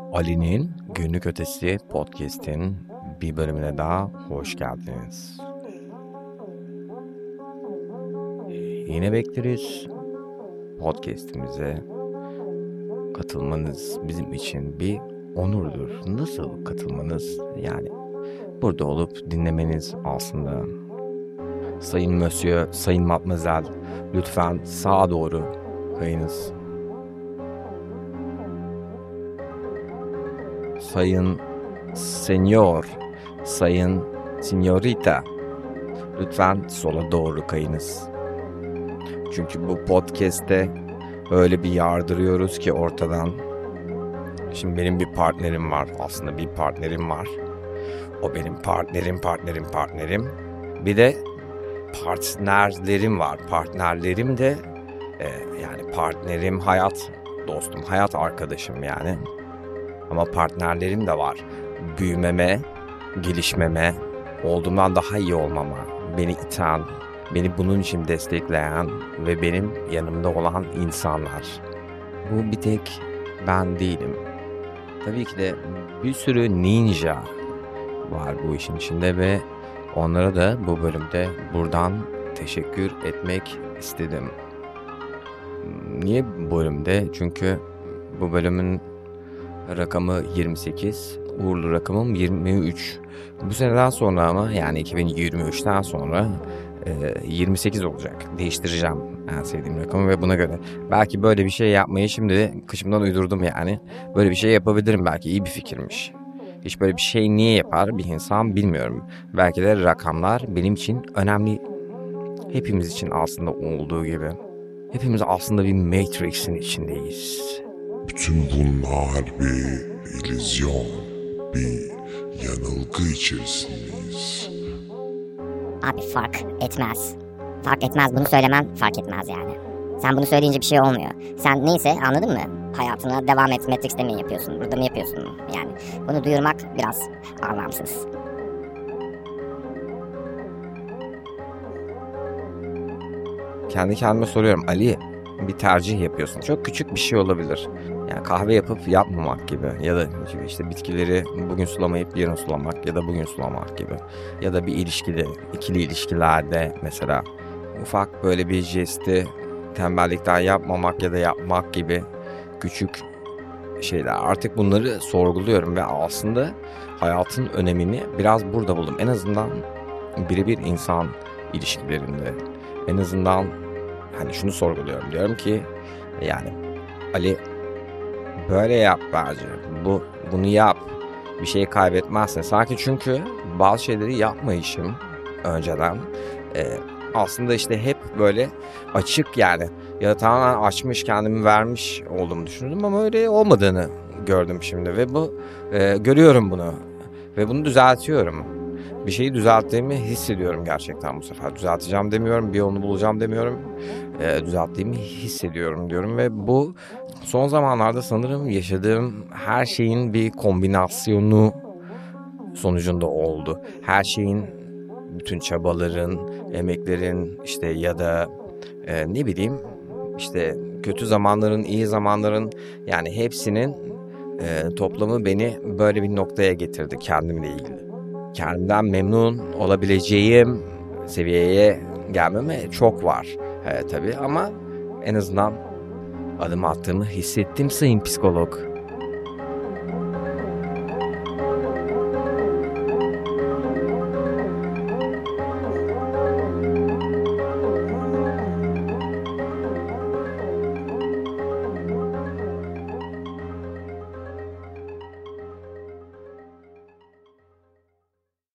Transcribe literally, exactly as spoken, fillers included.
Ali'nin Günlük Ötesi Podcast'in bir bölümüne daha hoş geldiniz. Yine bekleriz. Podcast'imize katılmanız bizim için bir onurdur. Nasıl katılmanız? Yani burada olup dinlemeniz aslında. Sayın Monsieur, Sayın Matmazel, lütfen sağa doğru kayınız. Sayın Senyor, Sayın Signorita, lütfen sola doğru kayınız. Çünkü bu podcast'te öyle bir yardırıyoruz ki ortadan. Şimdi benim bir partnerim var, aslında bir partnerim var. O benim partnerim, partnerim, partnerim. Bir de partnerlerim var. Partnerlerim de e, yani partnerim, hayat dostum, hayat arkadaşım yani. Ama partnerlerim de var. Büyümeme, gelişmeme, olduğumdan daha iyi olmama, beni iten, beni bunun için destekleyen ve benim yanımda olan insanlar. Bu bir tek ben değilim. Tabii ki de bir sürü ninja var bu işin içinde ve onlara da bu bölümde buradan teşekkür etmek istedim. Niye bu bölümde? Çünkü bu bölümün rakamı yirmi sekiz, uğurlu rakamım yirmi üç. Bu seneden sonra ama yani iki bin yirmi üçten sonra e, yirmi sekiz olacak. Değiştireceğim en sevdiğim rakamı ve buna göre belki böyle bir şey yapmayı şimdi kışımdan uydurdum yani. Böyle bir şey yapabilirim, belki iyi bir fikirmiş. Hiç böyle bir şey niye yapar bir insan bilmiyorum. Belki de rakamlar benim için önemli. Hepimiz için aslında olduğu gibi. Hepimiz aslında bir Matrix'in içindeyiz. Bütün bunlar bir illüzyon, bir yanılgı içerisindeyiz. Abi fark etmez. Fark etmez, bunu söylemem fark etmez yani. Sen bunu söyleyince bir şey olmuyor. Sen neyse, anladın mı? Hayatına devam et, Matrix'te mi yapıyorsun, burada mı yapıyorsun yani. Bunu duyurmak biraz anlamsız. Kendi kendime soruyorum, Ali bir tercih yapıyorsun. Çok küçük bir şey olabilir. Yani kahve yapıp yapmamak gibi ya da işte bitkileri bugün sulamayıp yarın sulamak ya da bugün sulamak gibi. Ya da bir ilişkide, ikili ilişkilerde mesela ufak böyle bir jesti tembellikten yapmamak ya da yapmak gibi küçük şeyler. Artık bunları sorguluyorum ve aslında hayatın önemini biraz burada buldum. En azından birebir insan ilişkilerinde. En azından hani şunu sorguluyorum. Diyorum ki yani Ali böyle yap bence. Bu, bunu yap. Bir şey kaybetmezsin. Sanki çünkü bazı şeyleri yapmayışım önceden e, aslında işte hep böyle açık yani. Ya da tamamen açmış, kendimi vermiş olduğumu düşündüm ama öyle olmadığını gördüm şimdi. Ve bu e, görüyorum bunu. Ve bunu düzeltiyorum. Bir şeyi düzelttiğimi hissediyorum gerçekten bu sefer. Düzelteceğim demiyorum, bir yolunu bulacağım demiyorum. E, düzelttiğimi hissediyorum diyorum ve bu son zamanlarda sanırım yaşadığım her şeyin bir kombinasyonu sonucunda oldu. Her şeyin, bütün çabaların, emeklerin işte ya da e, ne bileyim işte kötü zamanların, iyi zamanların yani hepsinin e, toplamı beni böyle bir noktaya getirdi kendimle ilgili. Kendimden memnun olabileceğim seviyeye gelmeme çok var e, tabii ama en azından adım attığımı hissettim sayın psikolog.